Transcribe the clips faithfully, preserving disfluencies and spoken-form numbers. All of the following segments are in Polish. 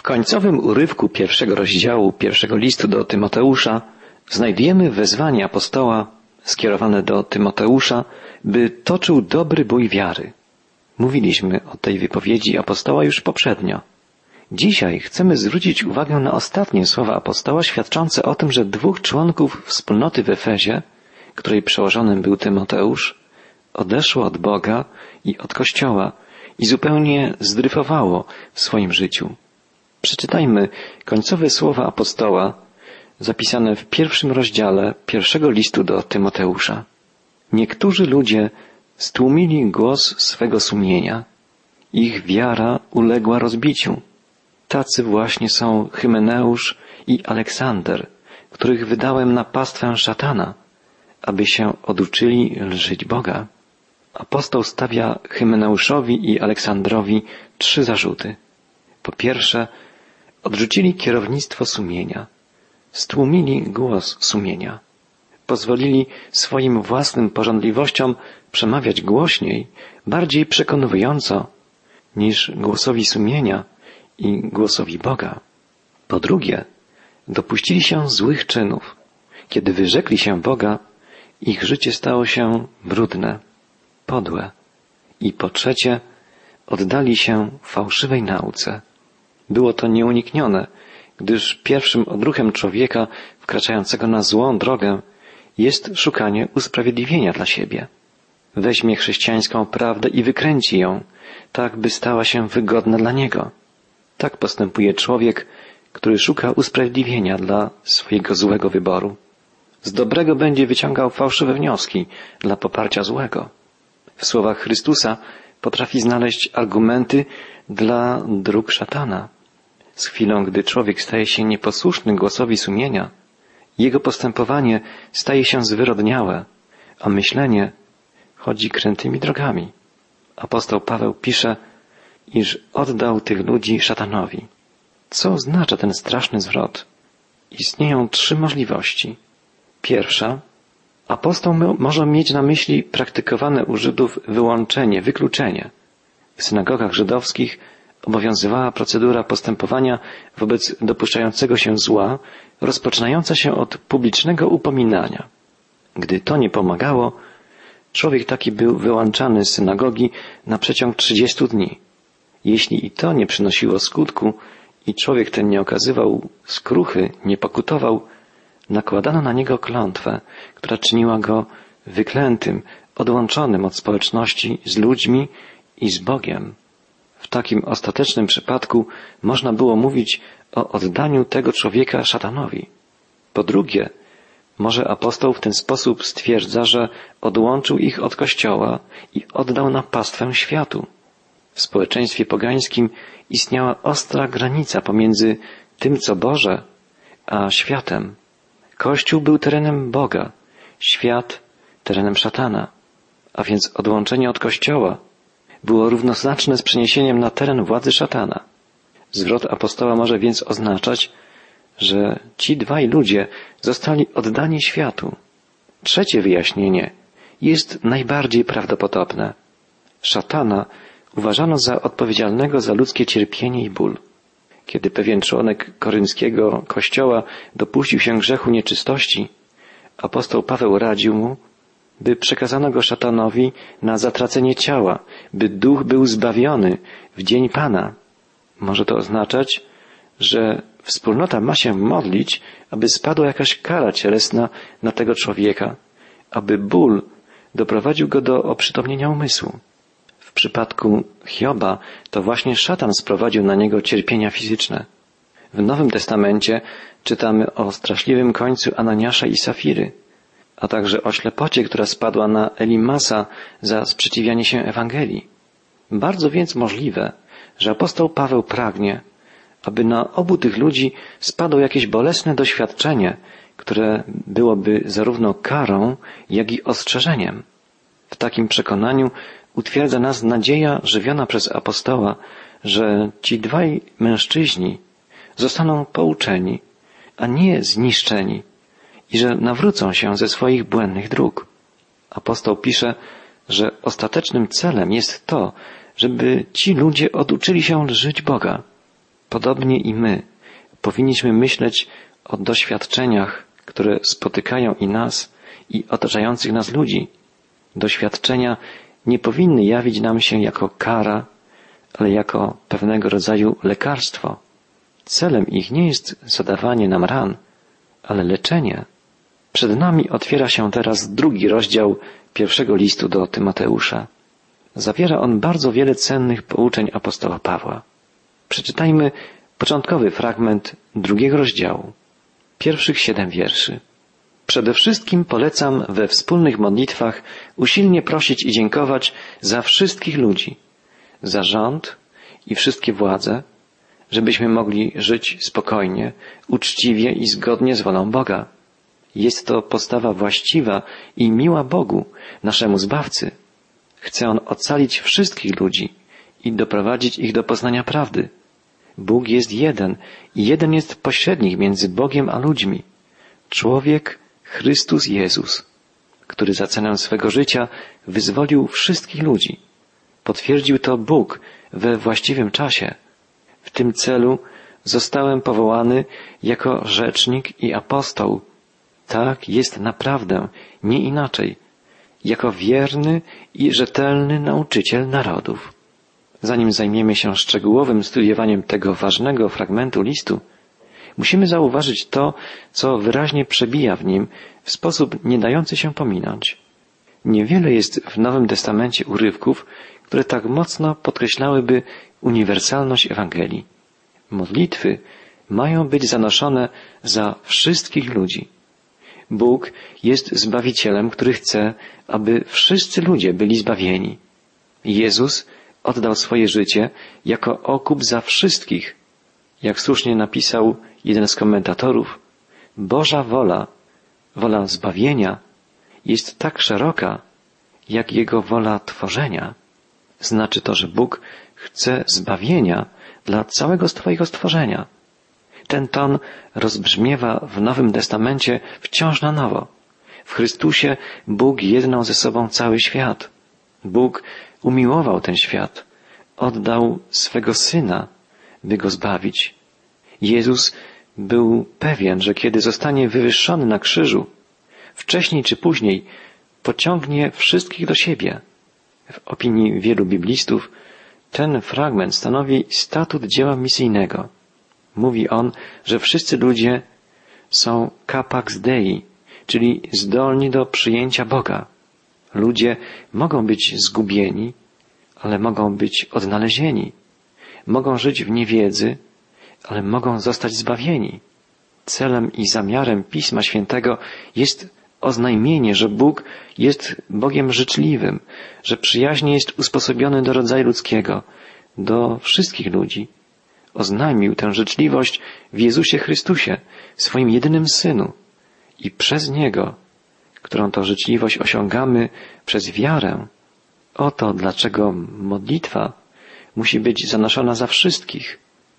końcowym urywku pierwszego rozdziału pierwszego listu do Tymoteusza znajdujemy wezwanie apostoła skierowane do Tymoteusza, by toczył dobry bój wiary. Mówiliśmy o tej wypowiedzi apostoła już poprzednio. Dzisiaj chcemy zwrócić uwagę na ostatnie słowa apostoła świadczące o tym, że dwóch członków wspólnoty w Efezie, której przełożonym był Tymoteusz, odeszło od Boga i od Kościoła i zupełnie zdryfowało w swoim życiu. Przeczytajmy końcowe słowa apostoła zapisane w pierwszym rozdziale pierwszego listu do Tymoteusza. Niektórzy ludzie stłumili głos swego sumienia. Ich wiara uległa rozbiciu. Tacy właśnie są Hymeneusz i Aleksander, których wydałem na pastwę szatana, aby się oduczyli lżyć Boga. Apostoł stawia Hymeneuszowi i Aleksandrowi trzy zarzuty. Po pierwsze, odrzucili kierownictwo sumienia, stłumili głos sumienia, pozwolili swoim własnym pożądliwościom przemawiać głośniej, bardziej przekonująco niż głosowi sumienia i głosowi Boga. Po drugie, dopuścili się złych czynów. Kiedy wyrzekli się Boga, ich życie stało się brudne, podłe. I po trzecie, oddali się fałszywej nauce. Było to nieuniknione, gdyż pierwszym odruchem człowieka wkraczającego na złą drogę jest szukanie usprawiedliwienia dla siebie. Weźmie chrześcijańską prawdę i wykręci ją, tak by stała się wygodna dla niego. Tak postępuje człowiek, który szuka usprawiedliwienia dla swojego złego wyboru. Z dobrego będzie wyciągał fałszywe wnioski dla poparcia złego. W słowach Chrystusa potrafi znaleźć argumenty dla dróg szatana. Z chwilą, gdy człowiek staje się nieposłuszny głosowi sumienia, jego postępowanie staje się zwyrodniałe, a myślenie chodzi krętymi drogami. Apostoł Paweł pisze, iż oddał tych ludzi szatanowi. Co oznacza ten straszny zwrot? Istnieją trzy możliwości. Pierwsza, apostoł może mieć na myśli praktykowane u Żydów wyłączenie, wykluczenie. W synagogach żydowskich obowiązywała procedura postępowania wobec dopuszczającego się zła, rozpoczynająca się od publicznego upominania. Gdy to nie pomagało, człowiek taki był wyłączany z synagogi na przeciąg trzydziestu dni. Jeśli i to nie przynosiło skutku i człowiek ten nie okazywał skruchy, nie pokutował, nakładano na niego klątwę, która czyniła go wyklętym, odłączonym od społeczności z ludźmi i z Bogiem. W takim ostatecznym przypadku można było mówić o oddaniu tego człowieka szatanowi. Po drugie, może apostoł w ten sposób stwierdza, że odłączył ich od Kościoła i oddał na pastwę światu. W społeczeństwie pogańskim istniała ostra granica pomiędzy tym, co Boże, a światem. Kościół był terenem Boga, świat terenem szatana, a więc odłączenie od Kościoła było równoznaczne z przeniesieniem na teren władzy szatana. Zwrot apostoła może więc oznaczać, że ci dwaj ludzie zostali oddani światu. Trzecie wyjaśnienie jest najbardziej prawdopodobne. Szatana uważano za odpowiedzialnego za ludzkie cierpienie i ból. Kiedy pewien członek korynckiego kościoła dopuścił się grzechu nieczystości, apostoł Paweł radził mu, by przekazano go szatanowi na zatracenie ciała, by duch był zbawiony w dzień Pana. Może to oznaczać, że wspólnota ma się modlić, aby spadła jakaś kara cielesna na tego człowieka, aby ból doprowadził go do oprzytomnienia umysłu. W przypadku Hioba to właśnie szatan sprowadził na niego cierpienia fizyczne. W Nowym Testamencie czytamy o straszliwym końcu Ananiasza i Safiry, a także o ślepocie, która spadła na Elimasa za sprzeciwianie się Ewangelii. Bardzo więc możliwe, że apostoł Paweł pragnie, aby na obu tych ludzi spadło jakieś bolesne doświadczenie, które byłoby zarówno karą, jak i ostrzeżeniem. W takim przekonaniu utwierdza nas nadzieja żywiona przez apostoła, że ci dwaj mężczyźni zostaną pouczeni, a nie zniszczeni i że nawrócą się ze swoich błędnych dróg. Apostoł pisze, że ostatecznym celem jest to, żeby ci ludzie oduczyli się lżyć Boga. Podobnie i my powinniśmy myśleć o doświadczeniach, które spotykają i nas, i otaczających nas ludzi. Doświadczenia nie powinny jawić nam się jako kara, ale jako pewnego rodzaju lekarstwo. Celem ich nie jest zadawanie nam ran, ale leczenie. Przed nami otwiera się teraz drugi rozdział pierwszego listu do Tymoteusza. Zawiera on bardzo wiele cennych pouczeń apostoła Pawła. Przeczytajmy początkowy fragment drugiego rozdziału, pierwszych siedem wierszy. Przede wszystkim polecam we wspólnych modlitwach usilnie prosić i dziękować za wszystkich ludzi, za rząd i wszystkie władze, żebyśmy mogli żyć spokojnie, uczciwie i zgodnie z wolą Boga. Jest to postawa właściwa i miła Bogu, naszemu Zbawcy. Chce On ocalić wszystkich ludzi i doprowadzić ich do poznania prawdy. Bóg jest jeden i jeden jest pośrednik między Bogiem a ludźmi. Człowiek Chrystus Jezus, który za cenę swego życia wyzwolił wszystkich ludzi. Potwierdził to Bóg we właściwym czasie. W tym celu zostałem powołany jako rzecznik i apostoł. Tak jest naprawdę, nie inaczej, jako wierny i rzetelny nauczyciel narodów. Zanim zajmiemy się szczegółowym studiowaniem tego ważnego fragmentu listu, musimy zauważyć to, co wyraźnie przebija w nim w sposób nie dający się pominąć. Niewiele jest w Nowym Testamencie urywków, które tak mocno podkreślałyby uniwersalność Ewangelii. Modlitwy mają być zanoszone za wszystkich ludzi. Bóg jest Zbawicielem, który chce, aby wszyscy ludzie byli zbawieni. Jezus oddał swoje życie jako okup za wszystkich. Jak słusznie napisał jeden z komentatorów, Boża wola, wola zbawienia, jest tak szeroka, jak Jego wola tworzenia. Znaczy to, że Bóg chce zbawienia dla całego swojego stworzenia. Ten ton rozbrzmiewa w Nowym Testamencie wciąż na nowo. W Chrystusie Bóg jednał ze sobą cały świat. Bóg umiłował ten świat, oddał swego Syna, by go zbawić. Jezus był pewien, że kiedy zostanie wywyższony na krzyżu, wcześniej czy później pociągnie wszystkich do siebie. W opinii wielu biblistów ten fragment stanowi statut dzieła misyjnego. Mówi on, że wszyscy ludzie są capax Dei, czyli zdolni do przyjęcia Boga. Ludzie mogą być zgubieni, ale mogą być odnalezieni. Mogą żyć w niewiedzy, ale mogą zostać zbawieni. Celem i zamiarem Pisma Świętego jest oznajmienie, że Bóg jest Bogiem życzliwym, że przyjaźnie jest usposobiony do rodzaju ludzkiego, do wszystkich ludzi. Oznajmił tę życzliwość w Jezusie Chrystusie, swoim jedynym Synu. I przez Niego, którą to życzliwość osiągamy przez wiarę, oto dlaczego modlitwa musi być zanoszona za wszystkich.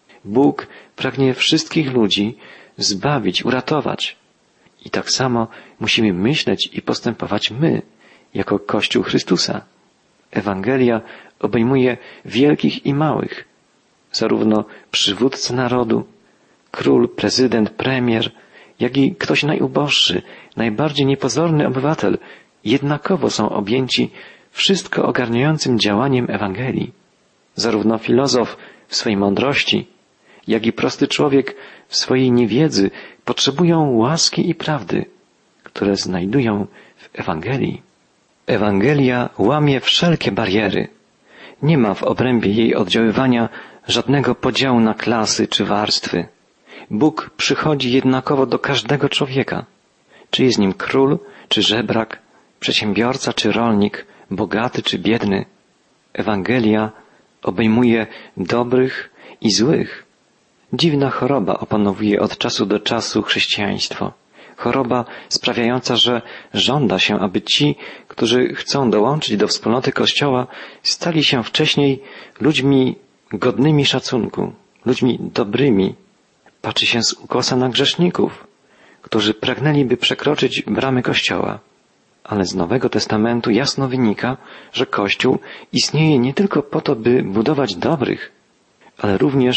Bóg pragnie wszystkich ludzi zbawić, uratować. I tak samo musimy myśleć i postępować my, jako Kościół Chrystusa. Ewangelia obejmuje wielkich i małych, zarówno przywódcę narodu, król, prezydent, premier, jak i ktoś najuboższy, najbardziej niepozorny obywatel, jednakowo są objęci wszystko ogarniającym działaniem Ewangelii. Zarówno filozof w swojej mądrości, jak i prosty człowiek w swojej niewiedzy potrzebują łaski i prawdy, które znajdują w Ewangelii. Ewangelia łamie wszelkie bariery. Nie ma w obrębie jej oddziaływania żadnego podziału na klasy czy warstwy. Bóg przychodzi jednakowo do każdego człowieka, czy jest nim król, czy żebrak, przedsiębiorca, czy rolnik, bogaty, czy biedny. Ewangelia obejmuje dobrych i złych. Dziwna choroba opanowuje od czasu do czasu chrześcijaństwo. Choroba sprawiająca, że żąda się, aby ci, którzy chcą dołączyć do wspólnoty Kościoła, stali się wcześniej ludźmi godnymi szacunku, ludźmi dobrymi. Patrzy się z ukosa na grzeszników, którzy pragnęliby przekroczyć bramy Kościoła. Ale z Nowego Testamentu jasno wynika, że Kościół istnieje nie tylko po to, by budować dobrych, ale również,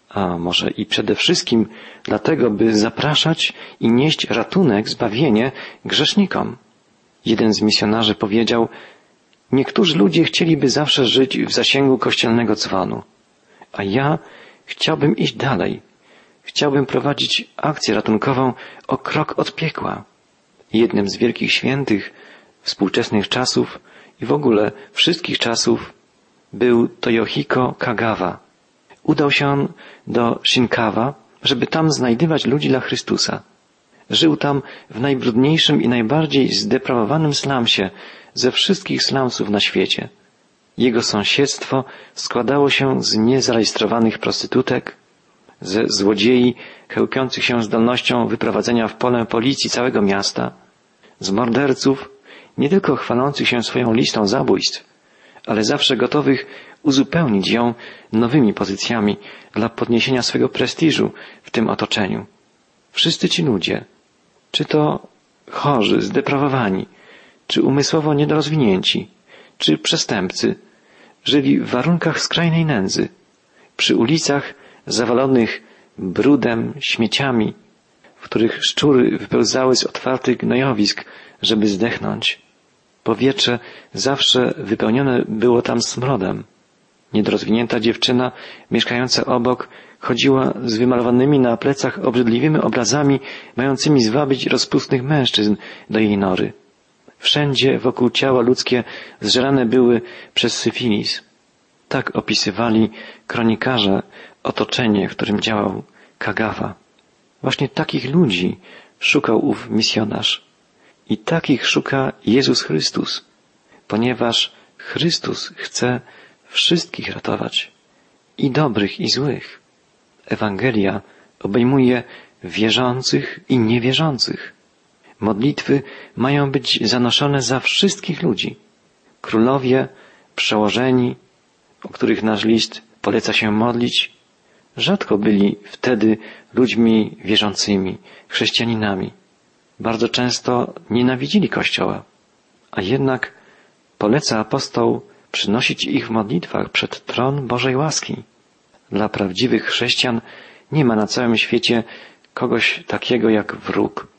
a może i przede wszystkim dlatego, by zapraszać i nieść ratunek, zbawienie grzesznikom. Jeden z misjonarzy powiedział: niektórzy ludzie chcieliby zawsze żyć w zasięgu kościelnego dzwonu, a ja chciałbym iść dalej. Chciałbym prowadzić akcję ratunkową o krok od piekła. Jednym z wielkich świętych współczesnych czasów i w ogóle wszystkich czasów był Toyohiko Kagawa. Udał się on do Shinkawa, żeby tam znajdywać ludzi dla Chrystusa. Żył tam w najbrudniejszym i najbardziej zdeprawowanym slumsie ze wszystkich slumsów na świecie. Jego sąsiedztwo składało się z niezarejestrowanych prostytutek, ze złodziei chełpiących się zdolnością wyprowadzenia w pole policji całego miasta, z morderców, nie tylko chwalących się swoją listą zabójstw, ale zawsze gotowych uzupełnić ją nowymi pozycjami dla podniesienia swego prestiżu w tym otoczeniu. Wszyscy ci ludzie, czy to chorzy, zdeprawowani, czy umysłowo niedorozwinięci, czy przestępcy, żyli w warunkach skrajnej nędzy, przy ulicach zawalonych brudem, śmieciami, w których szczury wypełzały z otwartych gnojowisk, żeby zdechnąć. Powietrze zawsze wypełnione było tam smrodem. Niedorozwinięta dziewczyna, mieszkająca obok, chodziła z wymalowanymi na plecach obrzydliwymi obrazami, mającymi zwabić rozpustnych mężczyzn do jej nory. Wszędzie wokół ciała ludzkie zżerane były przez syfilis. Tak opisywali kronikarze otoczenie, w którym działał Kagawa. Właśnie takich ludzi szukał ów misjonarz. I takich szuka Jezus Chrystus, ponieważ Chrystus chce wszystkich ratować, i dobrych, i złych. Ewangelia obejmuje wierzących i niewierzących. Modlitwy mają być zanoszone za wszystkich ludzi. Królowie, przełożeni, o których nasz list poleca się modlić, rzadko byli wtedy ludźmi wierzącymi, chrześcijaninami. Bardzo często nienawidzili Kościoła, a jednak poleca apostoł przynosić ich w modlitwach przed tron Bożej łaski. Dla prawdziwych chrześcijan nie ma na całym świecie kogoś takiego jak wróg.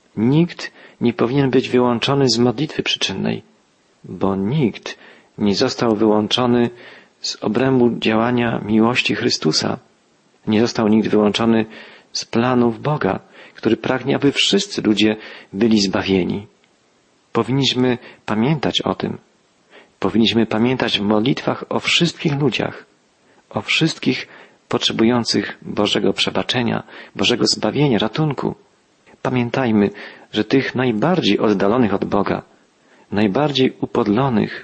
Nikt nie powinien być wyłączony z modlitwy przyczynnej, bo nikt nie został wyłączony z obrębu działania miłości Chrystusa. Nie został nikt wyłączony z planów Boga, który pragnie, aby wszyscy ludzie byli zbawieni. Powinniśmy pamiętać o tym. Powinniśmy pamiętać w modlitwach o wszystkich ludziach, o wszystkich potrzebujących Bożego przebaczenia, Bożego zbawienia, ratunku. Pamiętajmy, że tych najbardziej oddalonych od Boga, najbardziej upodlonych,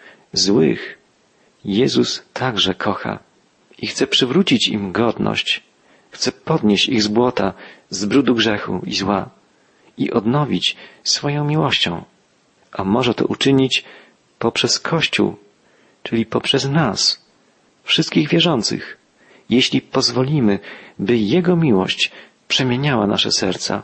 złych, Jezus także kocha i chce przywrócić im godność, chce podnieść ich z błota, z brudu grzechu i zła i odnowić swoją miłością. A może to uczynić poprzez Kościół, czyli poprzez nas, wszystkich wierzących, jeśli pozwolimy, by Jego miłość przemieniała nasze serca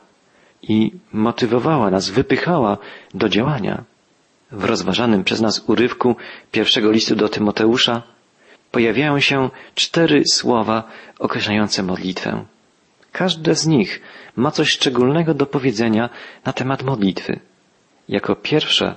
i motywowała nas, wypychała do działania. W rozważanym przez nas urywku pierwszego listu do Tymoteusza pojawiają się cztery słowa określające modlitwę. Każde z nich ma coś szczególnego do powiedzenia na temat modlitwy. Jako pierwsze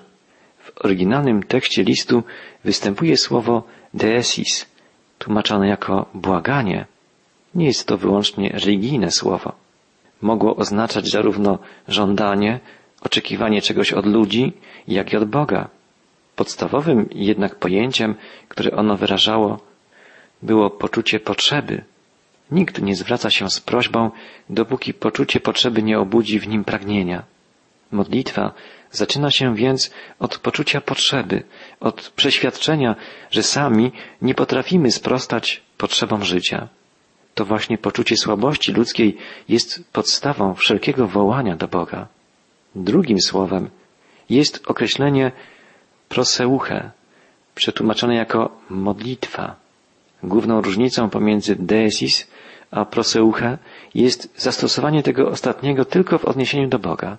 w oryginalnym tekście listu występuje słowo deesis, tłumaczone jako błaganie. Nie jest to wyłącznie religijne słowo. Mogło oznaczać zarówno żądanie, oczekiwanie czegoś od ludzi, jak i od Boga. Podstawowym jednak pojęciem, które ono wyrażało, było poczucie potrzeby. Nikt nie zwraca się z prośbą, dopóki poczucie potrzeby nie obudzi w nim pragnienia. Modlitwa zaczyna się więc od poczucia potrzeby, od przeświadczenia, że sami nie potrafimy sprostać potrzebom życia. To właśnie poczucie słabości ludzkiej jest podstawą wszelkiego wołania do Boga. Drugim słowem jest określenie proseuche, przetłumaczone jako modlitwa. Główną różnicą pomiędzy deesis a proseuche jest zastosowanie tego ostatniego tylko w odniesieniu do Boga.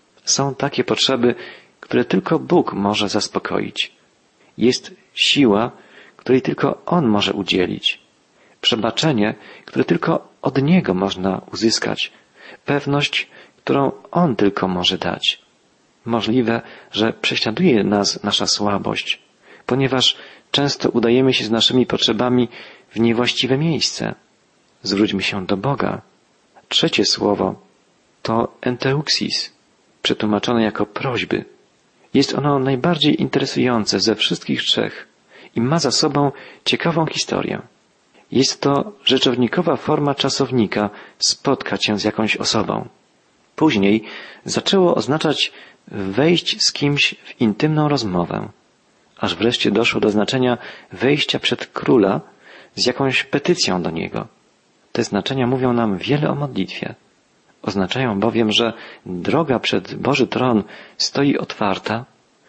Są takie potrzeby, które tylko Bóg może zaspokoić. Jest siła, której tylko On może udzielić. przebaczenie, które tylko od Niego można uzyskać, pewność, którą On tylko może dać. Możliwe, że prześladuje nas nasza słabość, ponieważ często udajemy się z naszymi potrzebami w niewłaściwe miejsce. Zwróćmy się do Boga. Trzecie słowo to enteuxis, przetłumaczone jako prośby. Jest ono najbardziej interesujące ze wszystkich trzech i ma za sobą ciekawą historię. Jest to rzeczownikowa forma czasownika spotkać się z jakąś osobą. Później zaczęło oznaczać wejść z kimś w intymną rozmowę, aż wreszcie doszło do znaczenia wejścia przed króla z jakąś petycją do niego. Te znaczenia mówią nam wiele o modlitwie. Oznaczają bowiem, że droga przed Boży Tron stoi otwarta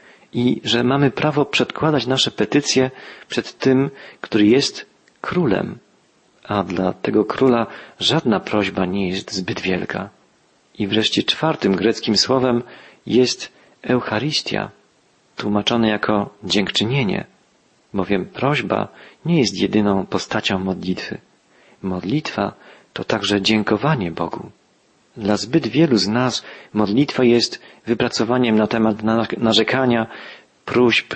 i że mamy prawo przedkładać nasze petycje przed tym, który jest królem, a dla tego króla żadna prośba nie jest zbyt wielka. I wreszcie czwartym greckim słowem jest Eucharystia, tłumaczone jako dziękczynienie, bowiem prośba nie jest jedyną postacią modlitwy. Modlitwa to także dziękowanie Bogu. Dla zbyt wielu z nas modlitwa jest wypracowaniem na temat narzekania, próśb,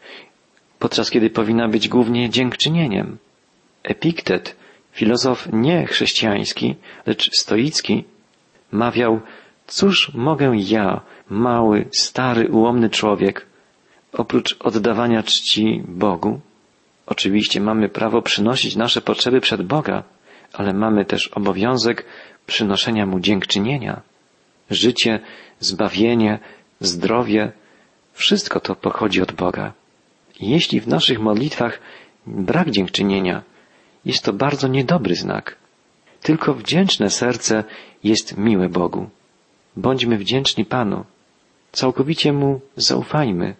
podczas kiedy powinna być głównie dziękczynieniem. Epiktet, filozof nie chrześcijański, lecz stoicki, mawiał: cóż mogę ja, mały, stary, ułomny człowiek, oprócz oddawania czci Bogu? Oczywiście mamy prawo przynosić nasze potrzeby przed Boga, ale mamy też obowiązek przynoszenia Mu dziękczynienia. Życie, zbawienie, zdrowie, wszystko to pochodzi od Boga. I jeśli w naszych modlitwach brak dziękczynienia, jest to bardzo niedobry znak. Tylko wdzięczne serce jest miłe Bogu. Bądźmy wdzięczni Panu. Całkowicie Mu zaufajmy.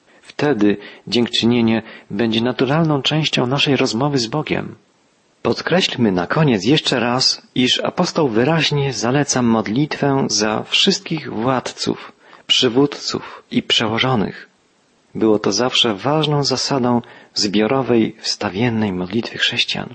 Wtedy dziękczynienie będzie naturalną częścią naszej rozmowy z Bogiem. Podkreślmy na koniec jeszcze raz, iż apostoł wyraźnie zaleca modlitwę za wszystkich władców, przywódców i przełożonych. Było to zawsze ważną zasadą zbiorowej, wstawiennej modlitwy chrześcijan.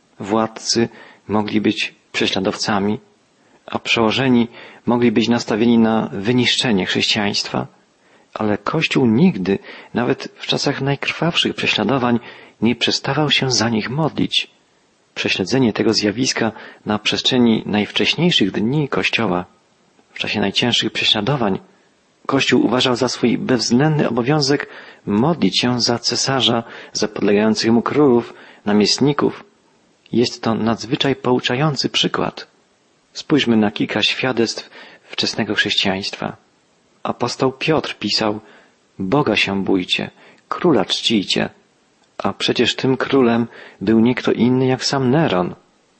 Władcy mogli być prześladowcami, a przełożeni mogli być nastawieni na wyniszczenie chrześcijaństwa, ale Kościół nigdy, nawet w czasach najkrwawszych prześladowań, nie przestawał się za nich modlić. Prześledzenie tego zjawiska na przestrzeni najwcześniejszych dni Kościoła, w czasie najcięższych prześladowań, Kościół uważał za swój bezwzględny obowiązek modlić się za cesarza, za podlegających mu królów, namiestników. Jest to nadzwyczaj pouczający przykład. Spójrzmy na kilka świadectw wczesnego chrześcijaństwa. Apostoł Piotr pisał: Boga się bójcie, króla czcijcie. A przecież tym królem był nie kto inny jak sam Neron.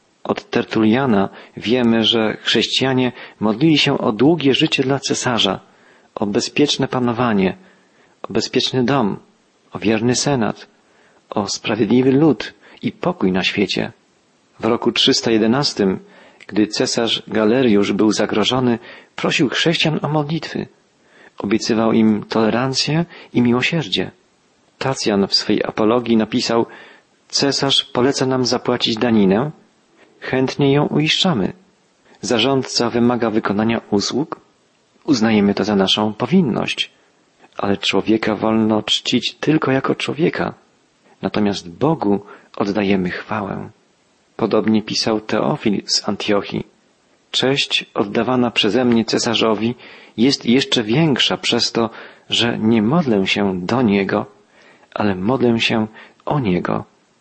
Od Tertuliana wiemy, że chrześcijanie modlili się o długie życie dla cesarza, o bezpieczne panowanie, o bezpieczny dom, o wierny senat, o sprawiedliwy lud i pokój na świecie. W roku trzysta jedenastym, gdy cesarz Galeriusz był zagrożony, prosił chrześcijan o modlitwy. Obiecywał im tolerancję i miłosierdzie. Tacjan w swej apologii napisał: cesarz poleca nam zapłacić daninę, chętnie ją uiszczamy. Zarządca wymaga wykonania usług, uznajemy to za naszą powinność. Ale człowieka wolno czcić tylko jako człowieka, natomiast Bogu oddajemy chwałę. Podobnie pisał Teofil z Antiochii. Cześć oddawana przeze mnie cesarzowi jest jeszcze większa przez to, że nie modlę się do Niego, ale modlę się o Niego.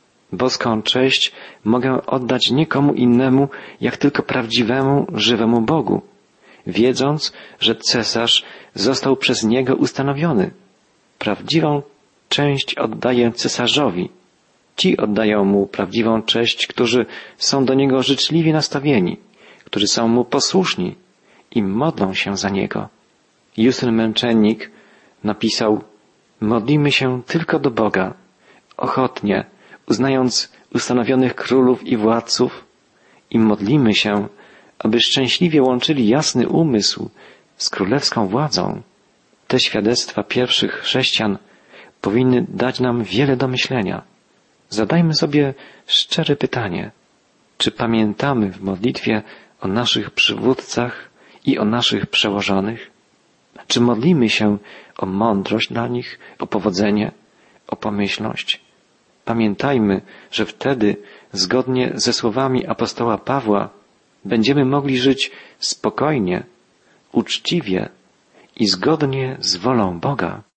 Boską cześć mogę oddać nikomu innemu, jak tylko prawdziwemu, żywemu Bogu, wiedząc, że cesarz został przez Niego ustanowiony. Prawdziwą cześć oddaję cesarzowi. Ci oddają Mu prawdziwą cześć, którzy są do Niego życzliwie nastawieni, którzy są Mu posłuszni i modlą się za Niego. Justyn Męczennik napisał: modlimy się tylko do Boga, ochotnie, uznając ustanowionych królów i władców, i modlimy się, aby szczęśliwie łączyli jasny umysł z królewską władzą. Te świadectwa pierwszych chrześcijan powinny dać nam wiele do myślenia. Zadajmy sobie szczere pytanie, czy pamiętamy w modlitwie o naszych przywódcach i o naszych przełożonych? Czy modlimy się o mądrość dla nich, o powodzenie, o pomyślność? Pamiętajmy, że wtedy, zgodnie ze słowami apostoła Pawła, będziemy mogli żyć spokojnie, uczciwie i zgodnie z wolą Boga.